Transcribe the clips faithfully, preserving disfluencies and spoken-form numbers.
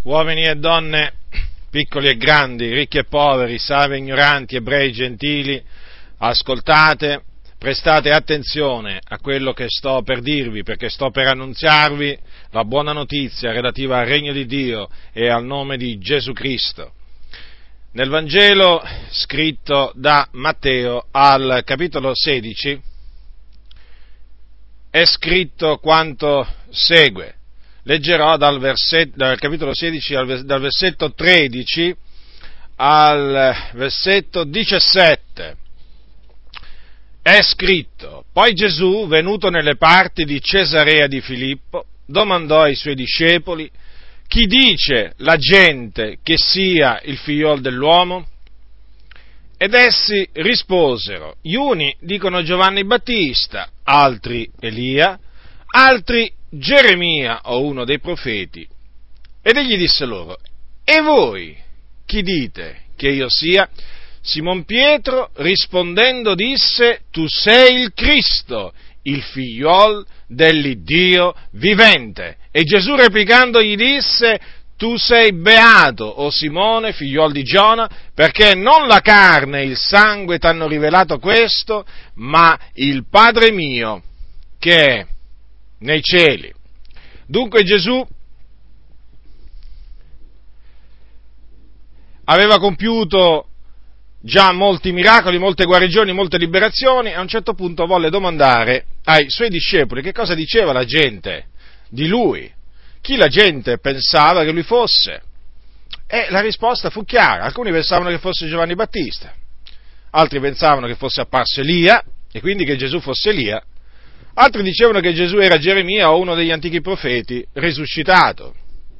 uomini e donne, piccoli e grandi, ricchi e poveri, savi e ignoranti, ebrei e gentili, ascoltate, prestate attenzione a quello che sto per dirvi, perché sto per annunziarvi la buona notizia relativa al regno di Dio e al nome di Gesù Cristo. Nel Vangelo scritto da Matteo al capitolo sedici è scritto quanto segue. Leggerò dal, versetto, dal capitolo sedici, dal versetto tredici al versetto diciassette. È scritto: poi Gesù, venuto nelle parti di Cesarea di Filippo, domandò ai suoi discepoli: chi dice la gente che sia il figliol dell'uomo? Ed essi risposero: gli uni dicono Giovanni Battista, altri Elia, altri Geremia o uno dei profeti. Ed egli disse loro: e voi chi dite che io sia? Simon Pietro rispondendo disse: tu sei il Cristo, il figliol dell'Iddio vivente. E Gesù replicando gli disse: tu sei beato, o Simone, figliol di Giona, perché non la carne e il sangue t'hanno rivelato questo, ma il Padre mio che è nei cieli. Dunque Gesù aveva compiuto già molti miracoli, molte guarigioni, molte liberazioni, e a un certo punto volle domandare ai suoi discepoli che cosa diceva la gente di lui, chi la gente pensava che lui fosse. E la risposta fu chiara: alcuni pensavano che fosse Giovanni Battista, altri pensavano che fosse apparso Elia, e quindi che Gesù fosse Elia, altri dicevano che Gesù era Geremia o uno degli antichi profeti risuscitato.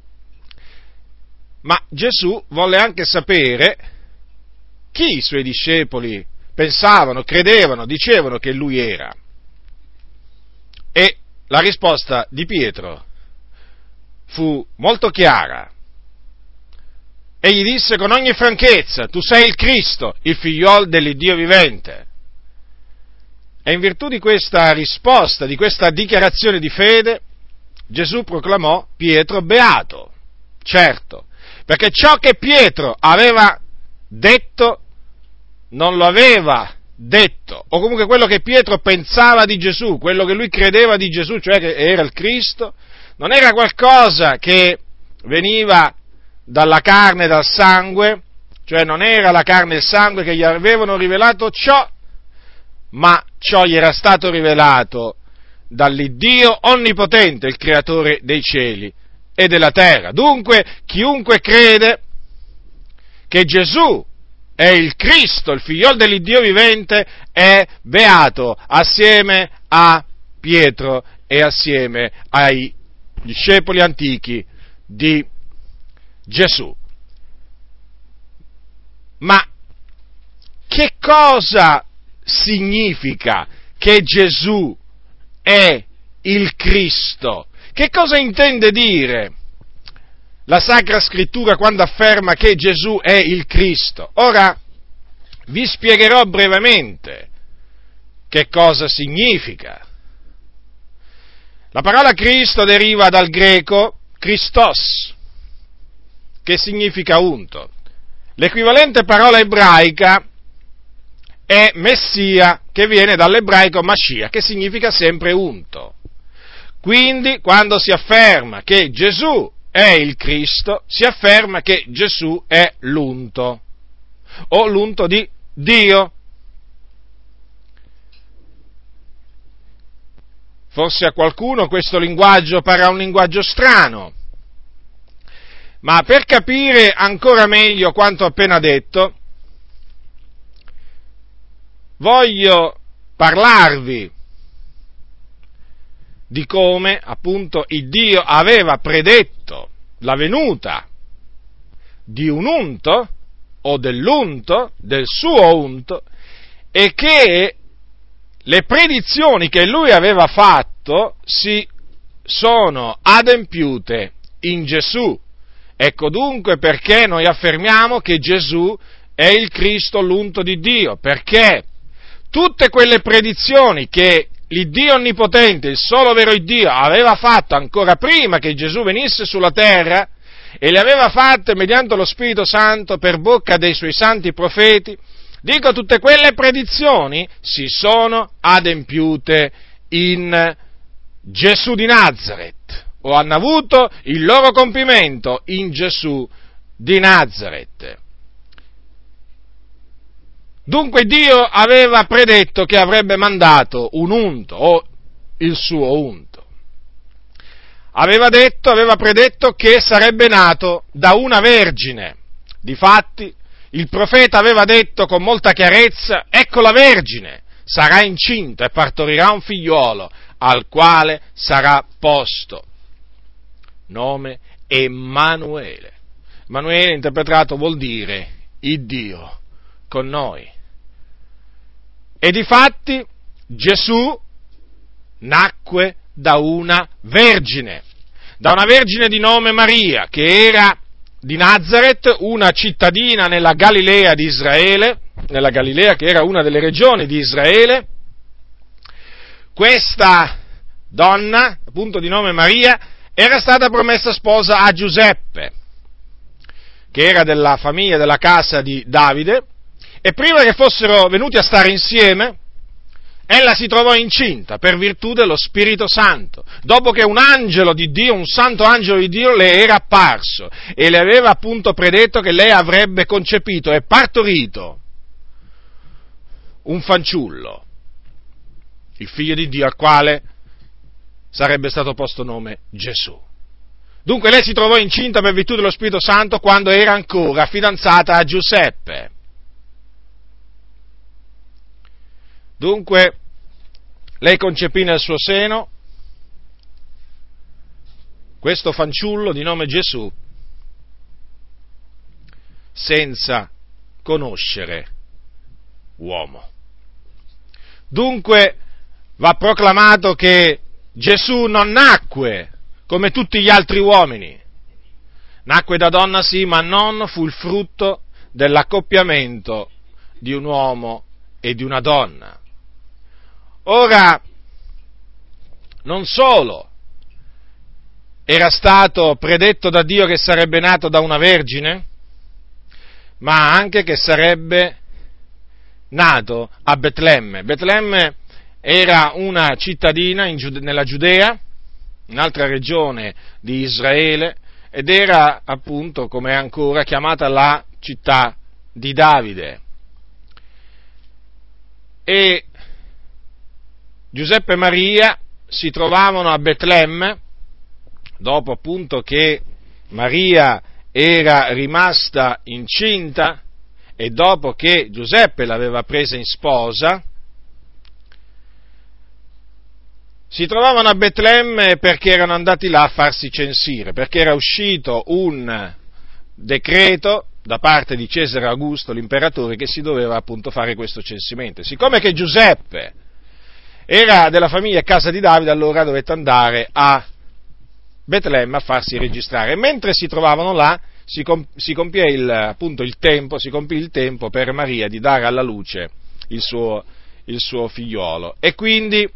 Ma Gesù volle anche sapere chi i suoi discepoli pensavano, credevano, dicevano che lui era. E la risposta di Pietro fu molto chiara. Egli disse con ogni franchezza: tu sei il Cristo, il figliol dell'Iddio vivente. E in virtù di questa risposta, di questa dichiarazione di fede, Gesù proclamò Pietro beato. Certo, perché ciò che Pietro aveva detto non lo aveva detto, o comunque quello che Pietro pensava di Gesù, quello che lui credeva di Gesù, cioè che era il Cristo, non era qualcosa che veniva dalla carne e dal sangue, cioè non era la carne e il sangue che gli avevano rivelato ciò, ma ciò gli era stato rivelato dall'Iddio onnipotente, il creatore dei cieli e della terra. Dunque, chiunque crede che Gesù è il Cristo, il figliol dell'Iddio vivente, è beato assieme a Pietro e assieme ai discepoli antichi di Gesù. Ma che cosa significa che Gesù è il Cristo? Che cosa intende dire la Sacra Scrittura quando afferma che Gesù è il Cristo? Ora vi spiegherò brevemente che cosa significa. La parola Cristo deriva dal greco Christos, che significa unto. L'equivalente parola ebraica è Messia, che viene dall'ebraico Mashiach, che significa sempre unto. Quindi, quando si afferma che Gesù è il Cristo, si afferma che Gesù è l'unto, o l'unto di Dio. Forse a qualcuno questo linguaggio parrà un linguaggio strano, ma per capire ancora meglio quanto appena detto, voglio parlarvi di come, appunto, il Dio aveva predetto la venuta di un unto, o dell'unto, del suo unto, e che le predizioni che lui aveva fatto si sono adempiute in Gesù. Ecco dunque perché noi affermiamo che Gesù è il Cristo, l'unto di Dio, perché tutte quelle predizioni che l'Iddio Onnipotente, il solo vero Dio, aveva fatto ancora prima che Gesù venisse sulla terra, e le aveva fatte mediante lo Spirito Santo per bocca dei suoi santi profeti, dico, tutte quelle predizioni si sono adempiute in Gesù di Nazaret, o hanno avuto il loro compimento in Gesù di Nazaret. Dunque Dio aveva predetto che avrebbe mandato un unto, o il suo unto. Aveva detto, aveva predetto che sarebbe nato da una vergine. Difatti, il profeta aveva detto con molta chiarezza: ecco la vergine, sarà incinta e partorirà un figliuolo, al quale sarà posto nome Emanuele. Emanuele, interpretato, vuol dire Iddio con noi. E difatti Gesù nacque da una vergine, da una vergine di nome Maria, che era di Nazaret, una cittadina nella Galilea di Israele, nella Galilea che era una delle regioni di Israele. Questa donna, appunto di nome Maria, era stata promessa sposa a Giuseppe, che era della famiglia, della casa di Davide, e prima che fossero venuti a stare insieme, ella si trovò incinta per virtù dello Spirito Santo, dopo che un angelo di Dio, un santo angelo di Dio, le era apparso e le aveva appunto predetto che lei avrebbe concepito e partorito un fanciullo, il figlio di Dio, al quale sarebbe stato posto nome Gesù. Dunque lei si trovò incinta per virtù dello Spirito Santo quando era ancora fidanzata a Giuseppe. Dunque, lei concepì nel suo seno questo fanciullo di nome Gesù senza conoscere uomo. Dunque, va proclamato che Gesù non nacque come tutti gli altri uomini. Nacque da donna sì, ma non fu il frutto dell'accoppiamento di un uomo e di una donna. Ora, non solo era stato predetto da Dio che sarebbe nato da una vergine, ma anche che sarebbe nato a Betlemme. Betlemme era una cittadina in Giude- nella Giudea, un'altra regione di Israele, ed era appunto, come è ancora, chiamata la città di Davide. E Giuseppe e Maria si trovavano a Betlemme, dopo appunto che Maria era rimasta incinta e dopo che Giuseppe l'aveva presa in sposa. Si trovavano a Betlemme perché erano andati là a farsi censire, perché era uscito un decreto da parte di Cesare Augusto, l'imperatore, che si doveva appunto fare questo censimento. Siccome che Giuseppe era della famiglia e casa di Davide, allora dovette andare a Betlemme a farsi registrare. E mentre si trovavano là, si, comp- si compì il, appunto il tempo, si compì il tempo per Maria di dare alla luce il suo, il suo figliolo. E quindi,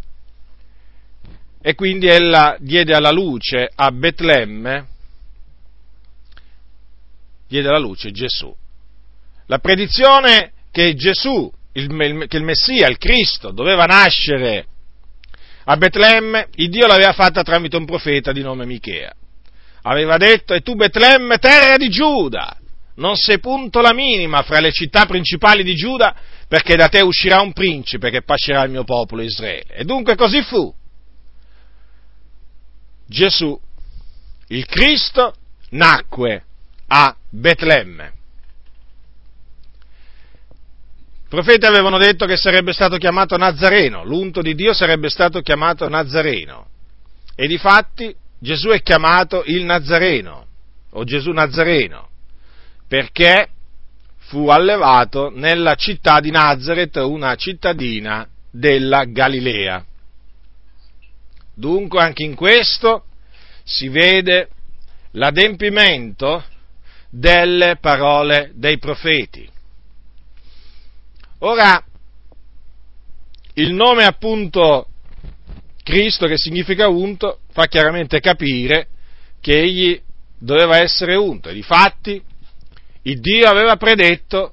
e quindi ella diede alla luce a Betlemme, diede alla luce Gesù. La predizione che Gesù, il, che il Messia, il Cristo, doveva nascere a Betlemme, il Dio l'aveva fatta tramite un profeta di nome Michea. Aveva detto: e tu Betlemme, terra di Giuda, non sei punto la minima fra le città principali di Giuda, perché da te uscirà un principe che pascerà il mio popolo Israele. E dunque così fu. Gesù, il Cristo, nacque a Betlemme. I profeti avevano detto che sarebbe stato chiamato Nazareno, l'unto di Dio sarebbe stato chiamato Nazareno, e difatti Gesù è chiamato il Nazareno, o Gesù Nazareno, perché fu allevato nella città di Nazaret, una cittadina della Galilea. Dunque anche in questo si vede l'adempimento delle parole dei profeti. Ora, il nome appunto Cristo, che significa unto, fa chiaramente capire che egli doveva essere unto. E difatti il Dio aveva predetto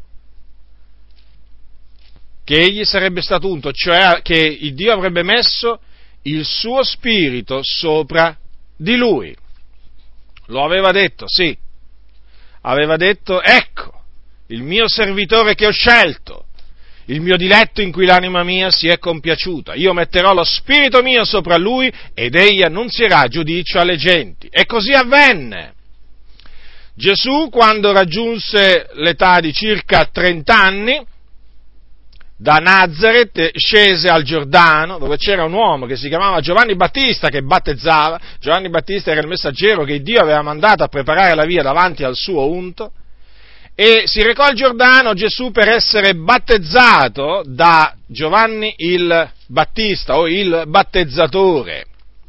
che egli sarebbe stato unto, cioè che il Dio avrebbe messo il suo spirito sopra di lui. Lo aveva detto, sì. Aveva detto: ecco, il mio servitore che ho scelto, il mio diletto in cui l'anima mia si è compiaciuta. Io metterò lo spirito mio sopra lui ed egli annunzierà giudizio alle genti. E così avvenne. Gesù, quando raggiunse l'età di circa trenta anni, da Nazaret scese al Giordano, dove c'era un uomo che si chiamava Giovanni Battista che battezzava. Giovanni Battista era il messaggero che Dio aveva mandato a preparare la via davanti al suo unto, e si recò al Giordano Gesù per essere battezzato da Giovanni il Battista o il battezzatore.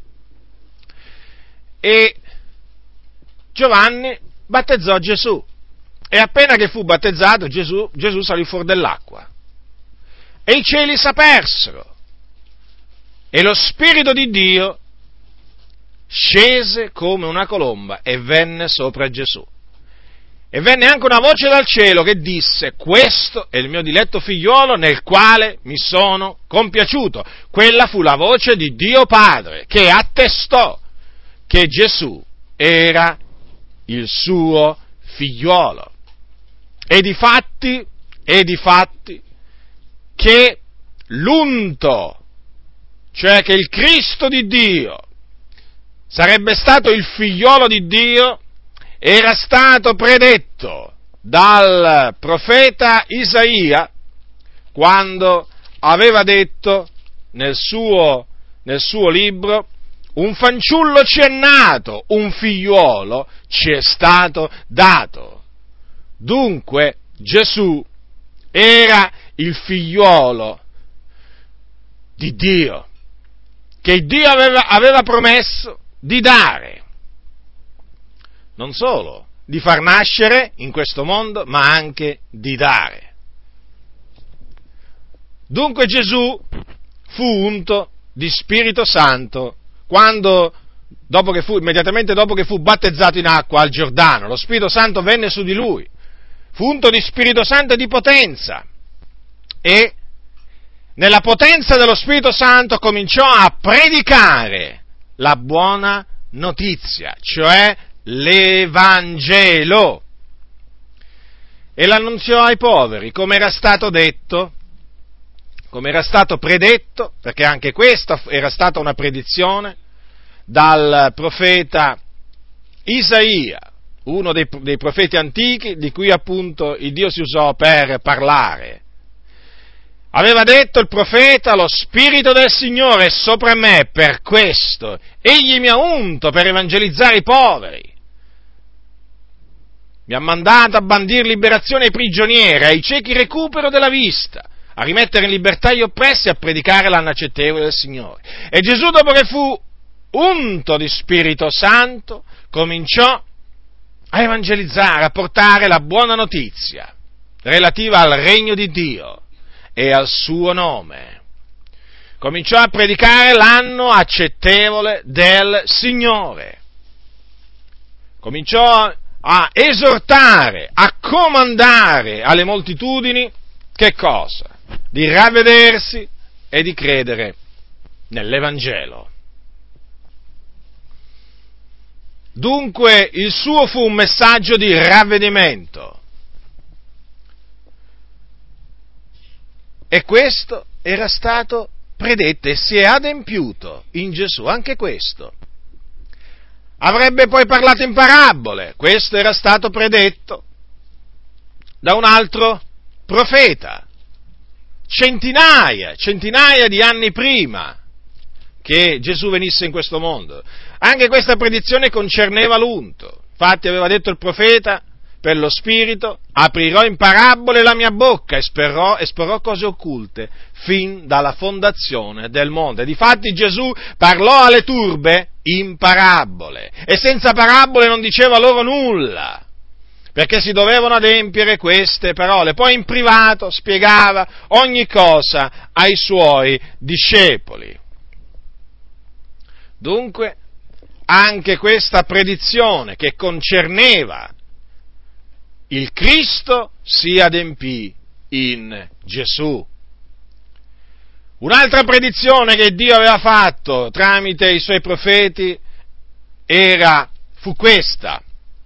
E Giovanni battezzò Gesù, e appena che fu battezzato Gesù, Gesù salì fuori dell'acqua. E i cieli s'apersero, e lo Spirito di Dio scese come una colomba e venne sopra Gesù. E venne anche una voce dal cielo che disse: questo è il mio diletto figliuolo nel quale mi sono compiaciuto. Quella fu la voce di Dio Padre che attestò che Gesù era il suo figliuolo. E difatti, e difatti, che l'unto, cioè che il Cristo di Dio sarebbe stato il figliolo di Dio, era stato predetto dal profeta Isaia quando aveva detto nel suo, nel suo libro: un fanciullo ci è nato, un figliuolo ci è stato dato. Dunque Gesù era il figliuolo di Dio, che Dio aveva, aveva promesso di dare, non solo di far nascere in questo mondo, ma anche di dare. Dunque Gesù fu unto di Spirito Santo quando, dopo che fu, immediatamente dopo che fu battezzato in acqua al Giordano. Lo Spirito Santo venne su di lui, fu unto di Spirito Santo e di potenza, e nella potenza dello Spirito Santo cominciò a predicare la buona notizia, cioè l'Evangelo, e l'annunziò ai poveri, come era stato detto, come era stato predetto, perché anche questa era stata una predizione dal profeta Isaia, uno dei, dei profeti antichi di cui appunto il Dio si usò per parlare. Aveva detto il profeta: lo Spirito del Signore è sopra me, per questo egli mi ha unto per evangelizzare i poveri. Mi ha mandato a bandire liberazione ai prigionieri, ai ciechi recupero della vista, a rimettere in libertà gli oppressi e a predicare l'anno accettevole del Signore. E Gesù, dopo che fu unto di Spirito Santo, cominciò a evangelizzare, a portare la buona notizia relativa al regno di Dio e al suo nome. Cominciò a predicare l'anno accettevole del Signore. Cominciò a esortare, a comandare alle moltitudini che cosa? Di ravvedersi e di credere nell'Evangelo. Dunque il suo fu un messaggio di ravvedimento. E questo era stato predetto e si è adempiuto in Gesù, anche questo. Avrebbe poi parlato in parabole, questo era stato predetto da un altro profeta, centinaia, centinaia di anni prima che Gesù venisse in questo mondo. Anche questa predizione concerneva l'unto. Infatti aveva detto il profeta: per lo Spirito aprirò in parabole la mia bocca, esporrò, esporrò cose occulte fin dalla fondazione del mondo. E difatti Gesù parlò alle turbe in parabole, e senza parabole non diceva loro nulla, perché si dovevano adempiere queste parole. Poi in privato spiegava ogni cosa ai suoi discepoli. Dunque, anche questa predizione che concerneva il Cristo si adempì in Gesù. Un'altra predizione che Dio aveva fatto tramite i suoi profeti era, fu questa: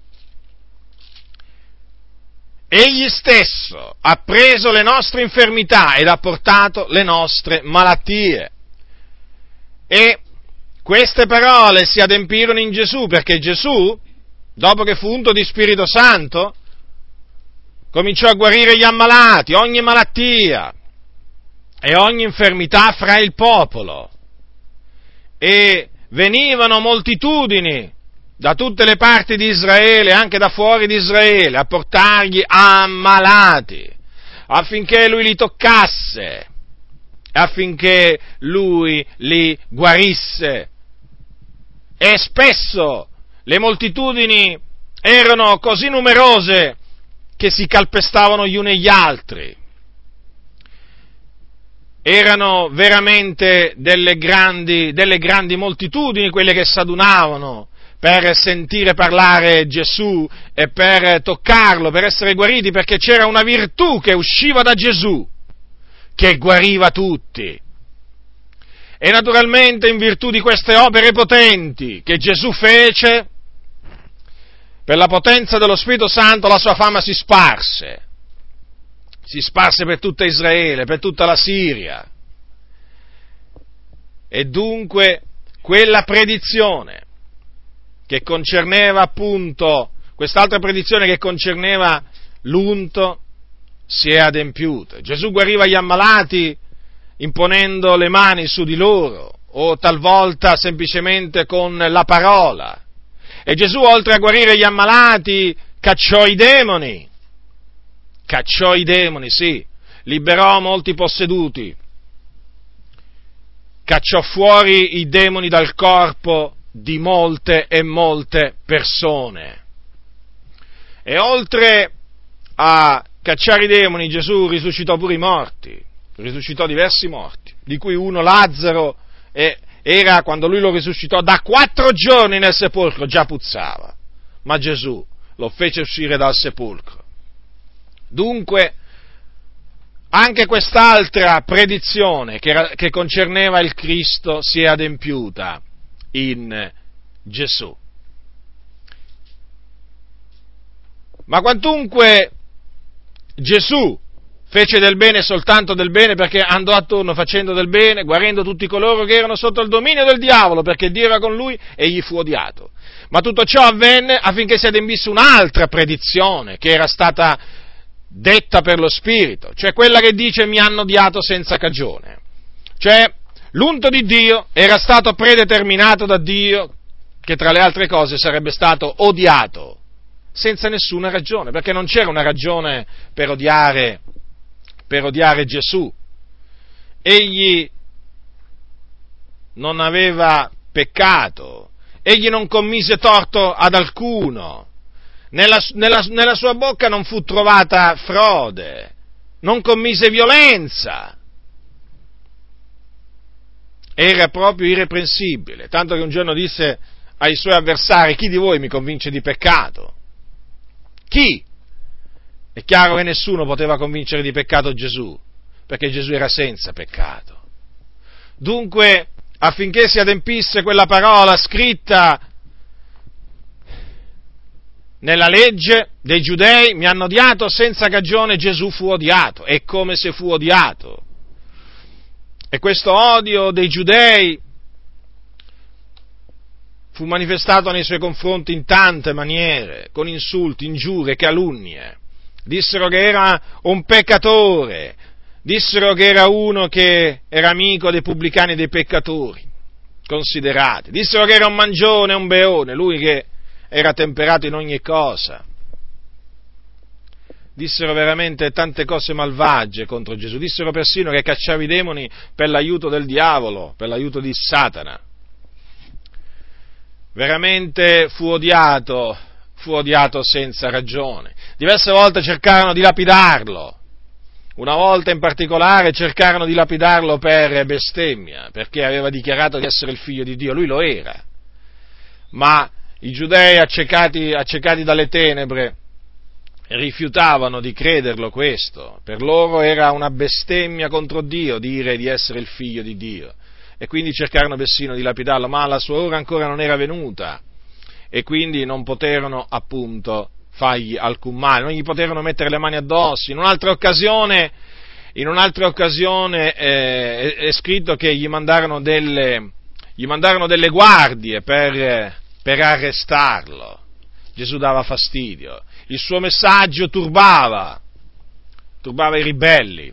Egli stesso ha preso le nostre infermità ed ha portato le nostre malattie. E queste parole si adempirono in Gesù, perché Gesù, dopo che fu unto di Spirito Santo, cominciò a guarire gli ammalati, ogni malattia e ogni infermità fra il popolo. E venivano moltitudini da tutte le parti di Israele, anche da fuori di Israele, a portargli ammalati, affinché lui li toccasse, affinché lui li guarisse. E spesso le moltitudini erano così numerose che si calpestavano gli uni e gli altri. Erano veramente delle grandi, delle grandi moltitudini quelle che s'adunavano per sentire parlare Gesù e per toccarlo, per essere guariti, perché c'era una virtù che usciva da Gesù, che guariva tutti. E naturalmente in virtù di queste opere potenti che Gesù fece, per la potenza dello Spirito Santo la sua fama si sparse, si sparse per tutta Israele, per tutta la Siria. E dunque quella predizione che concerneva appunto, quest'altra predizione che concerneva l'unto, si è adempiuta. Gesù guariva gli ammalati imponendo le mani su di loro, o talvolta semplicemente con la parola. E Gesù, oltre a guarire gli ammalati, cacciò i demoni, cacciò i demoni, sì, liberò molti posseduti, cacciò fuori i demoni dal corpo di molte e molte persone. E oltre a cacciare i demoni, Gesù risuscitò pure i morti, risuscitò diversi morti, di cui uno, Lazzaro, e era, quando lui lo risuscitò, da quattro giorni nel sepolcro, già puzzava, ma Gesù lo fece uscire dal sepolcro. Dunque, anche quest'altra predizione che, era, che concerneva il Cristo si è adempiuta in Gesù. Ma quantunque Gesù fece del bene soltanto del bene, perché andò attorno facendo del bene, guarendo tutti coloro che erano sotto il dominio del diavolo, perché Dio era con lui e egli fu odiato. Ma tutto ciò avvenne affinché si adempisse un'altra predizione che era stata detta per lo Spirito, cioè quella che dice: mi hanno odiato senza cagione. Cioè, l'unto di Dio era stato predeterminato da Dio che tra le altre cose sarebbe stato odiato senza nessuna ragione, perché non c'era una ragione per odiare per odiare Gesù. Egli non aveva peccato, egli non commise torto ad alcuno, nella, nella, nella sua bocca non fu trovata frode, non commise violenza, era proprio irreprensibile, tanto che un giorno disse ai suoi avversari: chi di voi mi convince di peccato? Chi? È chiaro che nessuno poteva convincere di peccato Gesù, perché Gesù era senza peccato. Dunque, affinché si adempisse quella parola scritta nella legge dei Giudei: mi hanno odiato senza cagione, Gesù fu odiato. E come se fu odiato? E questo odio dei Giudei fu manifestato nei suoi confronti in tante maniere, con insulti, ingiurie, calunnie. Dissero che era un peccatore, dissero che era uno che era amico dei pubblicani e dei peccatori, considerati, dissero che era un mangione, un beone, lui che era temperato in ogni cosa. Dissero veramente tante cose malvagie contro Gesù, dissero persino che cacciava i demoni per l'aiuto del diavolo, per l'aiuto di Satana. Veramente fu odiato, fu odiato senza ragione. Diverse volte cercarono di lapidarlo, una volta in particolare cercarono di lapidarlo per bestemmia, perché aveva dichiarato di essere il figlio di Dio, lui lo era. ma i giudei accecati, accecati dalle tenebre rifiutavano di crederlo questo. Per loro era una bestemmia contro Dio dire di essere il figlio di Dio, e quindi cercarono persino di lapidarlo, ma la sua ora ancora non era venuta, e quindi non poterono appunto fargli alcun male, non gli poterono mettere le mani addosso. In un'altra occasione, in un'altra occasione eh, è, è scritto che gli mandarono delle, gli mandarono delle guardie per, per arrestarlo. Gesù dava fastidio, il suo messaggio turbava, turbava i ribelli,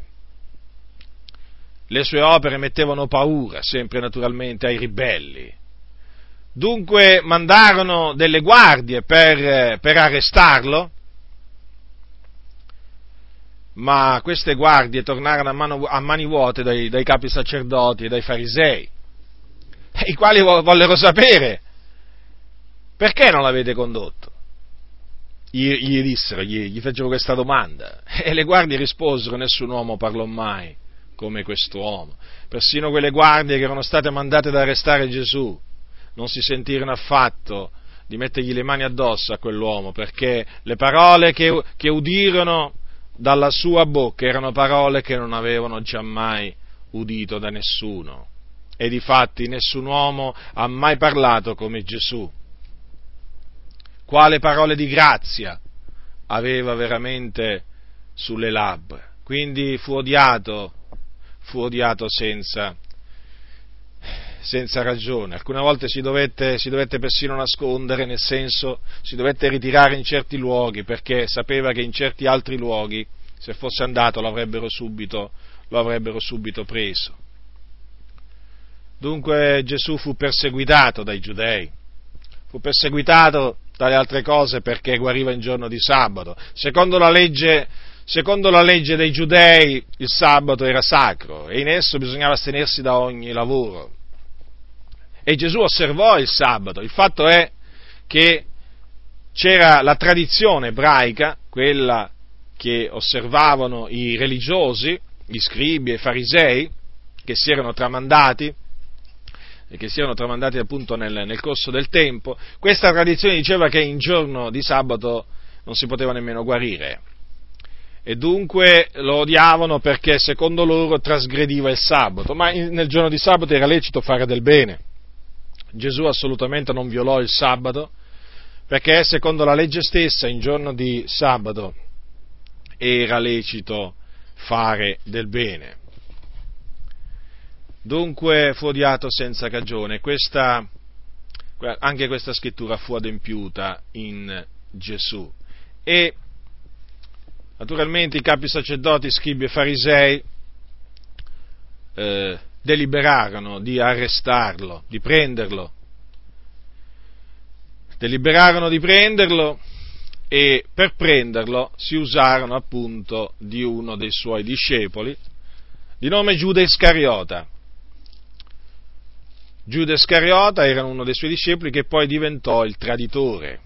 le sue opere mettevano paura, sempre naturalmente, ai ribelli. Dunque mandarono delle guardie per, per arrestarlo, ma queste guardie tornarono a, mano, a mani vuote dai, dai capi sacerdoti e dai farisei, i quali vollero sapere: perché non l'avete condotto? Gli, gli dissero, gli, gli fecero questa domanda, e le guardie risposero: nessun uomo parlò mai come quest'uomo. Persino quelle guardie che erano state mandate ad arrestare Gesù non si sentirono affatto di mettergli le mani addosso a quell'uomo, perché le parole che, che udirono dalla sua bocca erano parole che non avevano giammai udito da nessuno, e difatti nessun uomo ha mai parlato come Gesù. Quale parole di grazia aveva veramente sulle labbra. Quindi fu odiato, fu odiato senza, senza ragione. Alcune volte si dovette, si dovette persino nascondere, nel senso, si dovette ritirare in certi luoghi, perché sapeva che in certi altri luoghi, se fosse andato, lo avrebbero subito, lo avrebbero subito preso. Dunque Gesù fu perseguitato dai giudei, fu perseguitato dalle altre cose perché guariva in giorno di sabato. Secondo la legge, secondo la legge dei giudei il sabato era sacro e in esso bisognava astenersi da ogni lavoro. E Gesù osservò il sabato. Il fatto è che c'era la tradizione ebraica, quella che osservavano i religiosi, gli scribi e i farisei, che si erano tramandati, e che si erano tramandati appunto nel, nel corso del tempo. Questa tradizione diceva che in giorno di sabato non si poteva nemmeno guarire, e dunque lo odiavano perché secondo loro trasgrediva il sabato, ma in, nel giorno di sabato era lecito fare del bene. Gesù assolutamente non violò il sabato, perché secondo la legge stessa in giorno di sabato era lecito fare del bene. Dunque fu odiato senza cagione. Questa, anche questa scrittura fu adempiuta in Gesù. E naturalmente i capi sacerdoti, scribi e farisei eh, deliberarono di arrestarlo, di prenderlo. Deliberarono di prenderlo e per prenderlo si usarono appunto di uno dei suoi discepoli, di nome Giuda Iscariota. Giuda Iscariota era uno dei suoi discepoli che poi diventò il traditore.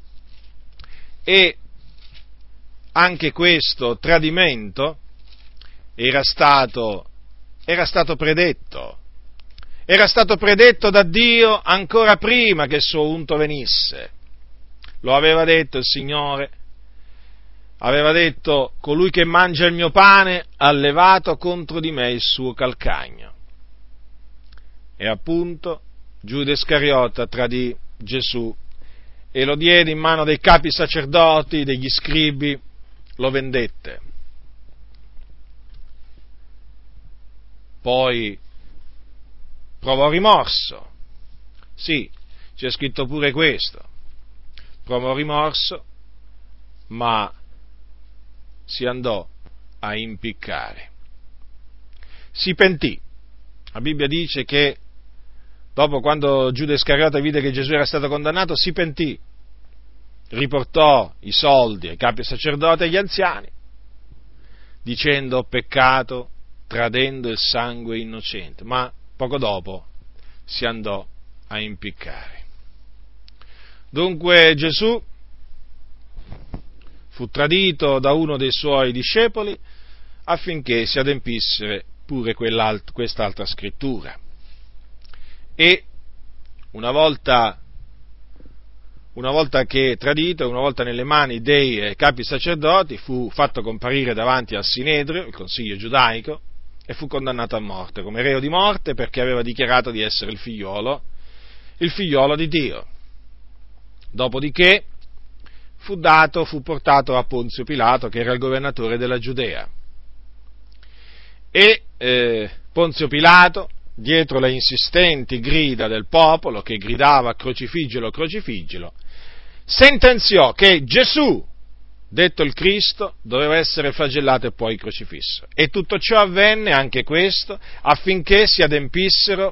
E anche questo tradimento era stato, era stato predetto. Era stato predetto da Dio ancora prima che il suo unto venisse. Lo aveva detto il Signore, aveva detto: colui che mangia il mio pane ha levato contro di me il suo calcagno. E appunto Giuda Iscariota tradì Gesù e lo diede in mano dei capi sacerdoti, degli scribi, lo vendette. Poi provò rimorso, sì, c'è scritto pure questo, provò rimorso, ma si andò a impiccare. Si pentì. La Bibbia dice che dopo, quando Giuda Iscariota vide che Gesù era stato condannato, si pentì, riportò i soldi ai capi sacerdoti e agli anziani, dicendo: ho peccato tradendo il sangue innocente, ma poco dopo si andò a impiccare. Dunque Gesù fu tradito da uno dei suoi discepoli affinché si adempisse pure quest'altra scrittura. E una volta una volta che tradito, una volta nelle mani dei eh, capi sacerdoti, fu fatto comparire davanti al Sinedrio, il consiglio giudaico, e fu condannato a morte, come reo di morte, perché aveva dichiarato di essere il figliolo, il figliolo di Dio. Dopodiché fu dato, fu portato a Ponzio Pilato, che era il governatore della Giudea. E eh, Ponzio Pilato, dietro le insistenti grida del popolo, che gridava crocifiggilo, crocifiggilo, sentenziò che Gesù, detto il Cristo, doveva essere flagellato e poi crocifisso. E tutto ciò avvenne, anche questo, affinché si adempissero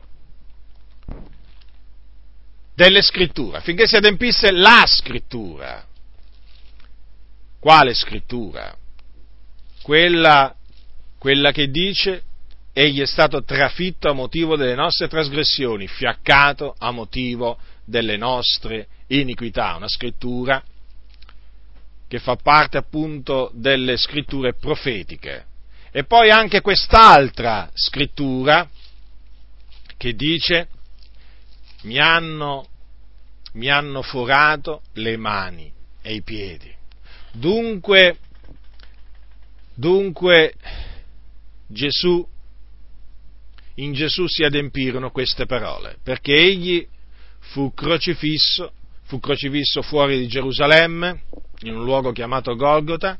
delle scritture, affinché si adempisse la scrittura. Quale scrittura? Quella, quella che dice: egli è stato trafitto a motivo delle nostre trasgressioni, fiaccato a motivo delle nostre iniquità. Una scrittura che fa parte appunto delle scritture profetiche. E poi anche quest'altra scrittura che dice: mi hanno, mi hanno forato le mani e i piedi. Dunque, dunque Gesù, in Gesù si adempirono queste parole, perché egli fu crocifisso, fu crocifisso fuori di Gerusalemme, in un luogo chiamato Golgota,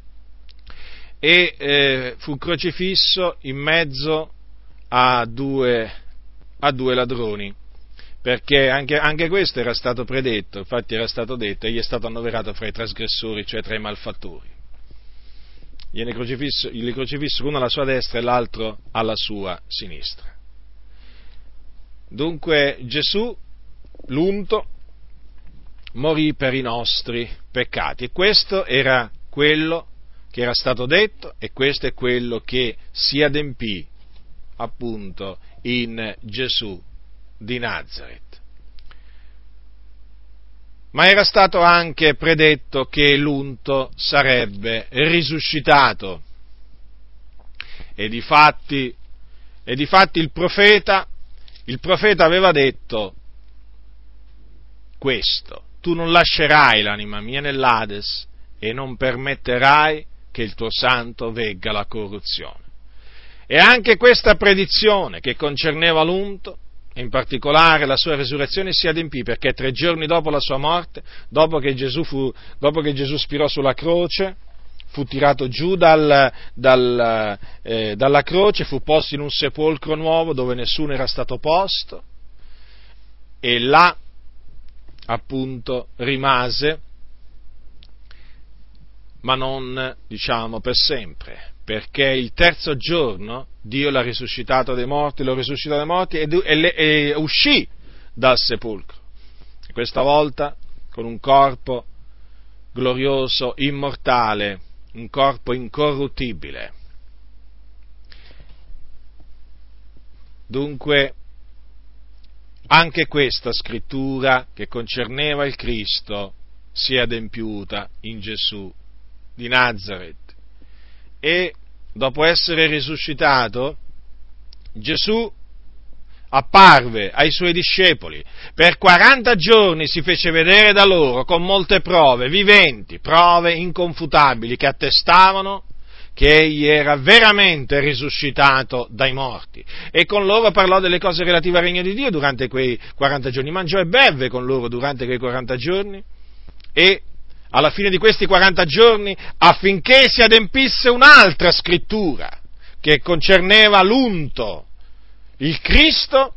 e eh, fu crocifisso in mezzo a due, a due ladroni, perché anche, anche questo era stato predetto, infatti era stato detto, egli è stato annoverato fra i trasgressori, cioè tra i malfattori. Gliene crocifissero, li crocifissero uno alla sua destra e l'altro alla sua sinistra. Dunque Gesù, l'unto, morì per i nostri peccati, e questo era quello che era stato detto, e questo è quello che si adempì appunto in Gesù di Nazaret. Ma era stato anche predetto che l'unto sarebbe risuscitato, e difatti, e difatti il profeta, il profeta aveva detto questo: tu non lascerai l'anima mia nell'Ades e non permetterai che il tuo santo vegga la corruzione. E anche questa predizione che concerneva l'unto, in particolare la sua resurrezione, si adempì, perché tre giorni dopo la sua morte, dopo che Gesù, fu, dopo che Gesù spirò sulla croce, fu tirato giù dal, dal, eh, dalla croce, fu posto in un sepolcro nuovo dove nessuno era stato posto, e là appunto rimase, ma non, diciamo, per sempre, perché il terzo giorno Dio l'ha risuscitato dai morti, lo risuscitò dai morti e, e, e uscì dal sepolcro. E questa volta con un corpo glorioso, immortale, un corpo incorruttibile. Dunque, anche questa scrittura che concerneva il Cristo si è adempiuta in Gesù di Nazaret. E dopo essere risuscitato, Gesù apparve ai suoi discepoli, per quaranta giorni si fece vedere da loro con molte prove viventi, prove inconfutabili, che attestavano che egli era veramente risuscitato dai morti, e con loro parlò delle cose relative al regno di Dio durante quei quaranta giorni, mangiò e bevve con loro durante quei quaranta giorni, e alla fine di questi quaranta giorni, affinché si adempisse un'altra scrittura che concerneva l'unto, il Cristo,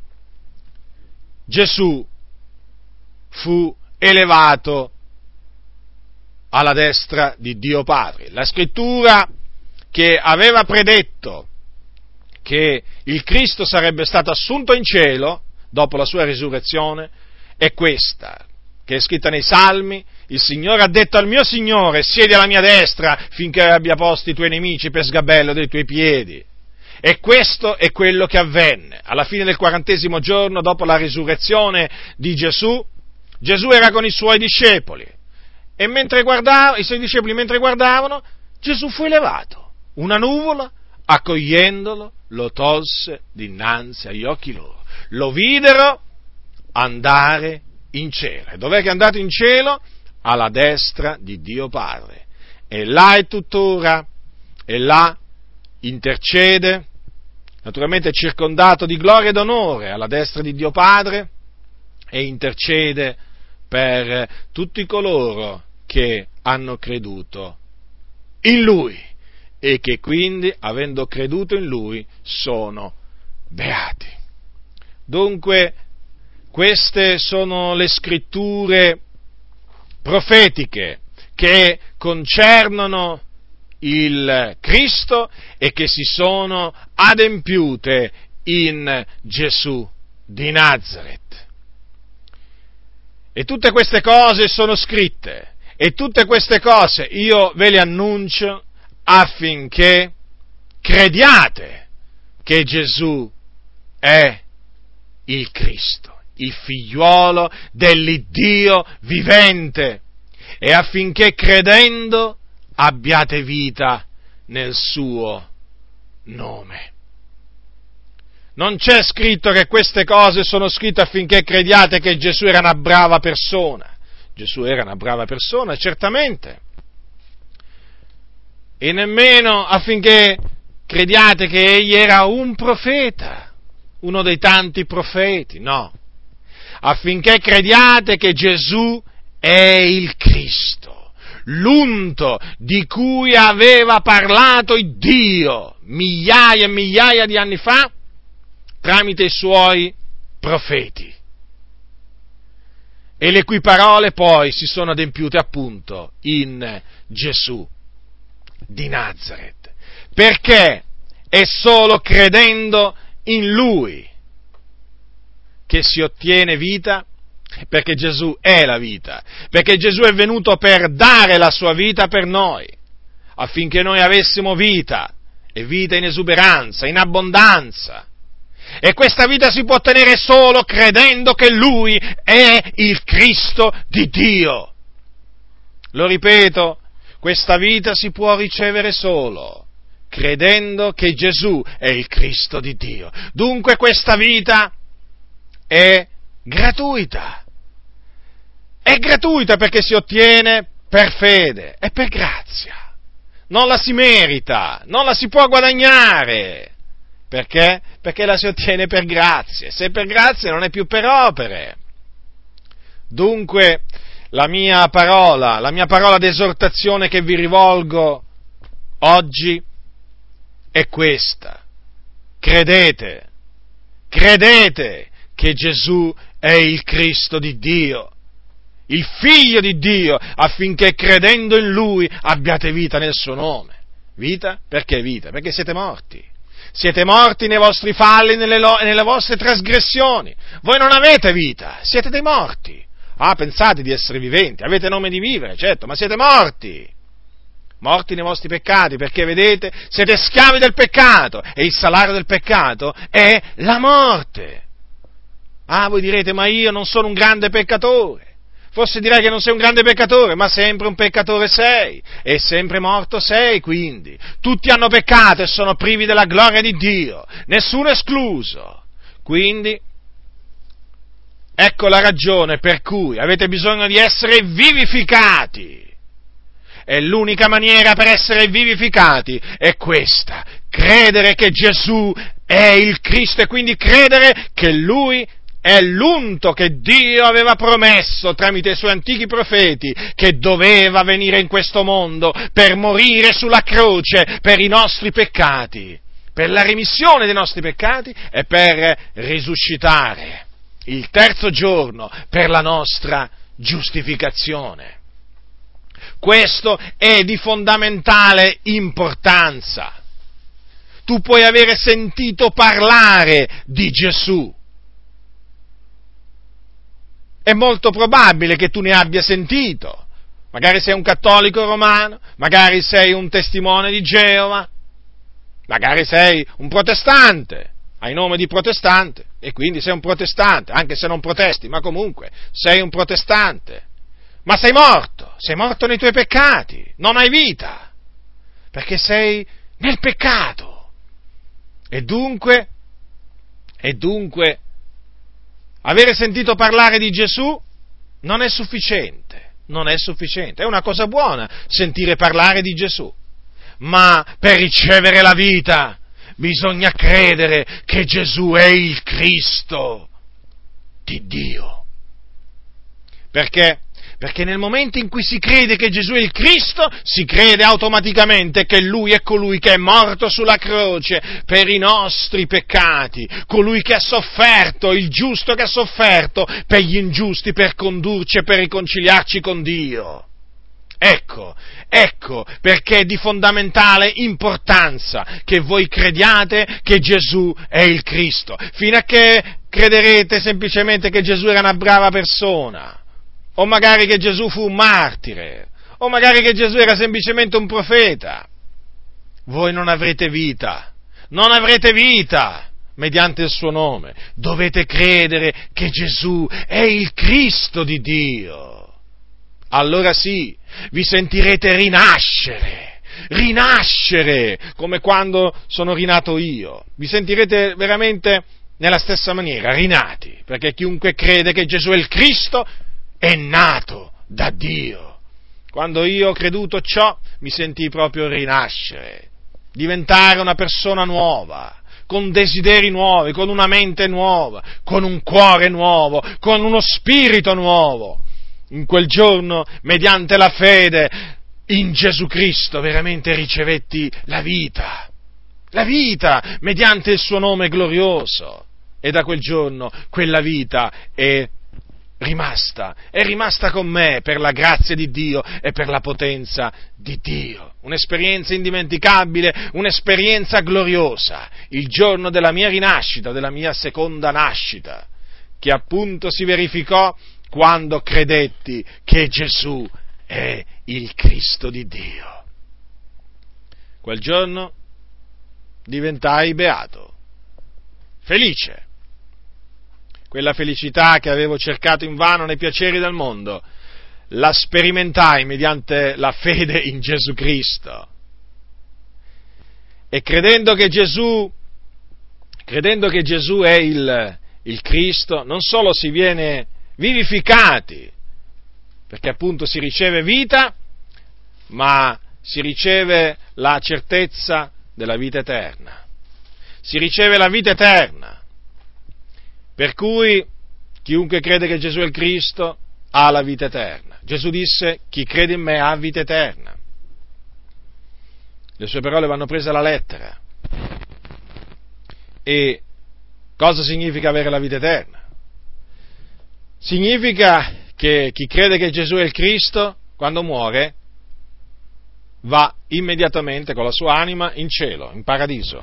Gesù fu elevato alla destra di Dio Padre. La scrittura che aveva predetto che il Cristo sarebbe stato assunto in cielo dopo la sua risurrezione è questa, che è scritta nei Salmi: il Signore ha detto al mio Signore: siedi alla mia destra finché abbia posti i tuoi nemici per sgabello dei tuoi piedi. E questo è quello che avvenne. Alla fine del quarantesimo giorno, dopo la risurrezione di Gesù, Gesù era con i suoi discepoli, e mentre guardava, i suoi discepoli mentre guardavano, Gesù fu elevato. Una nuvola, accogliendolo, lo tolse dinanzi agli occhi loro. Lo videro andare in cielo. E dov'è che è andato in cielo? Alla destra di Dio Padre. E là è tuttora, e là intercede, naturalmente è circondato di gloria ed onore alla destra di Dio Padre, e intercede per tutti coloro che hanno creduto in Lui e che quindi, avendo creduto in Lui, sono beati. Dunque, queste sono le scritture profetiche che concernono il Cristo e che si sono adempiute in Gesù di Nazaret. E tutte queste cose sono scritte, e tutte queste cose io ve le annuncio affinché crediate che Gesù è il Cristo, il figliuolo dell'Iddio vivente, e affinché credendo abbiate vita nel suo nome. Non c'è scritto che queste cose sono scritte affinché crediate che Gesù era una brava persona. Gesù era una brava persona, certamente. E nemmeno affinché crediate che egli era un profeta, uno dei tanti profeti, no. Affinché crediate che Gesù è il Cristo, l'unto di cui aveva parlato il Dio migliaia e migliaia di anni fa tramite i suoi profeti, e le cui parole poi si sono adempiute appunto in Gesù di Nazaret, perché è solo credendo in Lui che si ottiene vita, perché Gesù è la vita, perché Gesù è venuto per dare la sua vita per noi, affinché noi avessimo vita, e vita in esuberanza, in abbondanza. E questa vita si può ottenere solo credendo che Lui è il Cristo di Dio. Lo ripeto, questa vita si può ricevere solo credendo che Gesù è il Cristo di Dio. Dunque questa vita è gratuita. È gratuita perché si ottiene per fede e per grazia. Non la si merita, non la si può guadagnare. Perché? Perché la si ottiene per grazia. Se per grazia non è più per opere. Dunque, la mia parola, la mia parola d'esortazione che vi rivolgo oggi è questa. Credete, credete che Gesù è il Cristo di Dio, il Figlio di Dio, affinché credendo in Lui abbiate vita nel suo nome. Vita? Perché vita? Perché siete morti. Siete morti nei vostri falli e nelle, lo- nelle vostre trasgressioni. Voi non avete vita, siete dei morti. Ah, pensate di essere viventi, avete nome di vivere, certo, ma siete morti. Morti nei vostri peccati, perché vedete, siete schiavi del peccato, e il salario del peccato è la morte. Ah, voi direte, ma io non sono un grande peccatore. Forse direi che non sei un grande peccatore, ma sempre un peccatore sei, e sempre morto sei, quindi. Tutti hanno peccato e sono privi della gloria di Dio, nessuno escluso. Quindi, ecco la ragione per cui avete bisogno di essere vivificati. E l'unica maniera per essere vivificati è questa: credere che Gesù è il Cristo, e quindi credere che Lui è l'unto che Dio aveva promesso tramite i suoi antichi profeti, che doveva venire in questo mondo per morire sulla croce per i nostri peccati, per la remissione dei nostri peccati e per risuscitare il terzo giorno per la nostra giustificazione. Questo è di fondamentale importanza. Tu puoi avere sentito parlare di Gesù. È molto probabile che tu ne abbia sentito. Magari sei un cattolico romano, magari sei un testimone di Geova, magari sei un protestante, hai nome di protestante e quindi sei un protestante, anche se non protesti, ma comunque sei un protestante. Ma sei morto, sei morto nei tuoi peccati, non hai vita, perché sei nel peccato. E dunque, e dunque, avere sentito parlare di Gesù non è sufficiente, non è sufficiente. È una cosa buona sentire parlare di Gesù, ma per ricevere la vita bisogna credere che Gesù è il Cristo di Dio. Perché? Perché nel momento in cui si crede che Gesù è il Cristo, si crede automaticamente che Lui è colui che è morto sulla croce per i nostri peccati, colui che ha sofferto, il giusto che ha sofferto per gli ingiusti, per condurci e per riconciliarci con Dio. Ecco, ecco perché è di fondamentale importanza che voi crediate che Gesù è il Cristo. Fino a che crederete semplicemente che Gesù era una brava persona, o magari che Gesù fu un martire, o magari che Gesù era semplicemente un profeta, voi non avrete vita, non avrete vita mediante il suo nome. Dovete credere che Gesù è il Cristo di Dio. Allora sì, vi sentirete rinascere, rinascere, come quando sono rinato io. Vi sentirete veramente nella stessa maniera, rinati, perché chiunque crede che Gesù è il Cristo è nato da Dio. Quando io ho creduto ciò, mi sentii proprio rinascere, diventare una persona nuova, con desideri nuovi, con una mente nuova, con un cuore nuovo, con uno spirito nuovo. In quel giorno, mediante la fede in Gesù Cristo, veramente ricevetti la vita, la vita mediante il suo nome glorioso. E da quel giorno quella vita è rimasta, è rimasta con me per la grazia di Dio e per la potenza di Dio. Un'esperienza indimenticabile, un'esperienza gloriosa, il giorno della mia rinascita, della mia seconda nascita, che appunto si verificò quando credetti che Gesù è il Cristo di Dio. Quel giorno diventai beato, felice. Quella felicità che avevo cercato invano nei piaceri del mondo, la sperimentai mediante la fede in Gesù Cristo. E credendo che Gesù, credendo che Gesù è il, il Cristo, non solo si viene vivificati, perché appunto si riceve vita, ma si riceve la certezza della vita eterna. Si riceve la vita eterna. Per cui chiunque crede che Gesù è il Cristo ha la vita eterna. Gesù disse: chi crede in me ha vita eterna. Le sue parole vanno prese alla lettera. E cosa significa avere la vita eterna? Significa che chi crede che Gesù è il Cristo, quando muore, va immediatamente con la sua anima in cielo, in paradiso.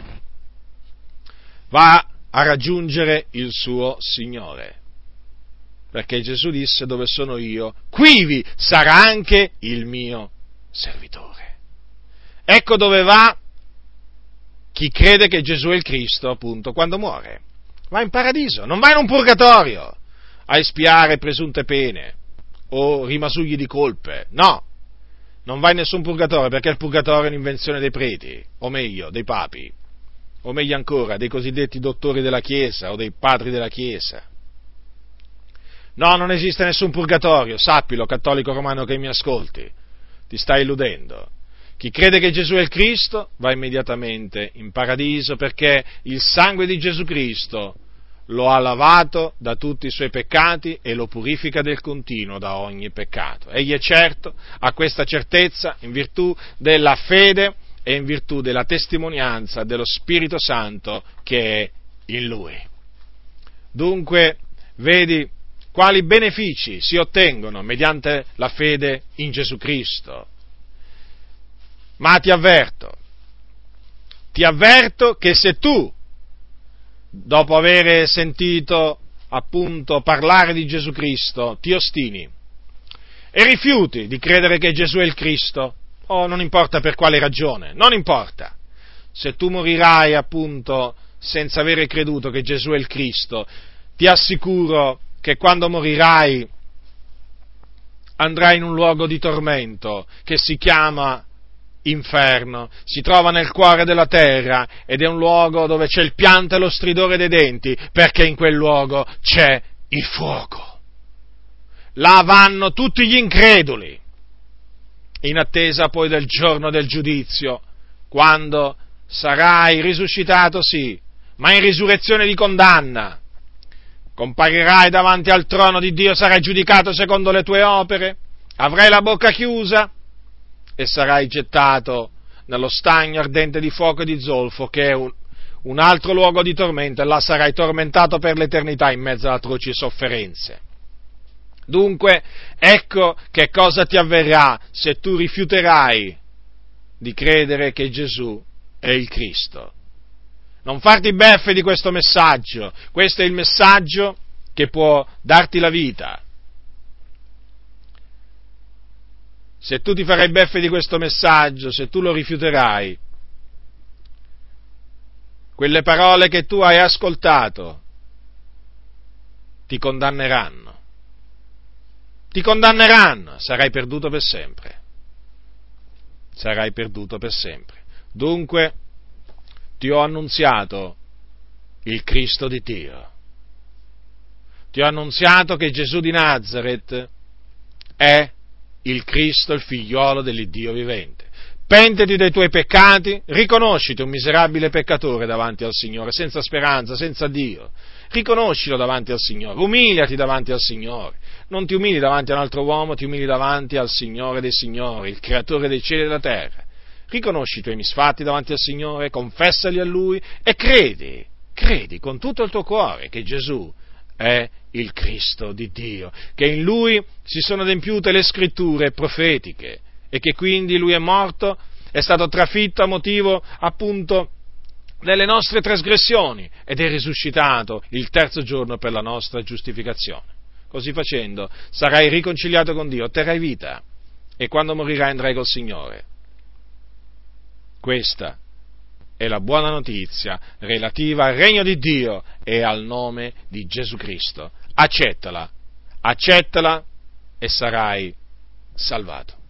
Va a raggiungere il suo Signore, perché Gesù disse: dove sono io, quivi sarà anche il mio servitore. Ecco dove va chi crede che Gesù è il Cristo, appunto, quando muore. Va in paradiso, non va in un purgatorio a espiare presunte pene o rimasugli di colpe, no, non va in nessun purgatorio, perché il purgatorio è un'invenzione dei preti, o meglio, dei papi, o meglio ancora, dei cosiddetti dottori della Chiesa o dei padri della Chiesa. No, non esiste nessun purgatorio, sappilo, cattolico romano che mi ascolti, ti stai illudendo. Chi crede che Gesù è il Cristo va immediatamente in paradiso, perché il sangue di Gesù Cristo lo ha lavato da tutti i suoi peccati e lo purifica del continuo da ogni peccato. Egli è certo, ha questa certezza in virtù della fede e in virtù della testimonianza dello Spirito Santo che è in Lui. Dunque, vedi quali benefici si ottengono mediante la fede in Gesù Cristo. Ma ti avverto, ti avverto che se tu, dopo aver sentito appunto parlare di Gesù Cristo, ti ostini e rifiuti di credere che Gesù è il Cristo, oh, non importa per quale ragione, non importa, se tu morirai appunto senza avere creduto che Gesù è il Cristo, ti assicuro che quando morirai andrai in un luogo di tormento che si chiama inferno, si trova nel cuore della terra ed è un luogo dove c'è il pianto e lo stridore dei denti, perché in quel luogo c'è il fuoco. là vanno tutti gli increduli, in attesa poi del giorno del giudizio, quando sarai risuscitato, sì, ma in risurrezione di condanna. Comparirai davanti al trono di Dio, sarai giudicato secondo le tue opere, avrai la bocca chiusa e sarai gettato nello stagno ardente di fuoco e di zolfo, che è un, un altro luogo di tormento, e là sarai tormentato per l'eternità in mezzo ad atroci sofferenze. Dunque, ecco che cosa ti avverrà se tu rifiuterai di credere che Gesù è il Cristo. Non farti beffe di questo messaggio, questo è il messaggio che può darti la vita. Se tu ti farai beffe di questo messaggio, se tu lo rifiuterai, quelle parole che tu hai ascoltato ti condanneranno. Ti condanneranno, sarai perduto per sempre. Sarai perduto per sempre. Dunque, ti ho annunziato il Cristo di Dio. Ti ho annunziato che Gesù di Nazaret è il Cristo, il figliolo dell'Iddio vivente. Pentiti dei tuoi peccati, riconosciti un miserabile peccatore davanti al Signore, senza speranza, senza Dio. Riconoscilo davanti al Signore, umiliati davanti al Signore. Non ti umili davanti a un altro uomo, ti umili davanti al Signore dei Signori, il Creatore dei cieli e della terra. Riconosci i tuoi misfatti davanti al Signore, confessali a Lui e credi, credi con tutto il tuo cuore che Gesù è il Cristo di Dio, che in Lui si sono adempiute le scritture profetiche e che quindi Lui è morto, è stato trafitto a motivo appunto delle nostre trasgressioni ed è risuscitato il terzo giorno per la nostra giustificazione. Così facendo sarai riconciliato con Dio, otterrai vita e quando morirai andrai col Signore. Questa è la buona notizia relativa al regno di Dio e al nome di Gesù Cristo. Accettala, accettala e sarai salvato.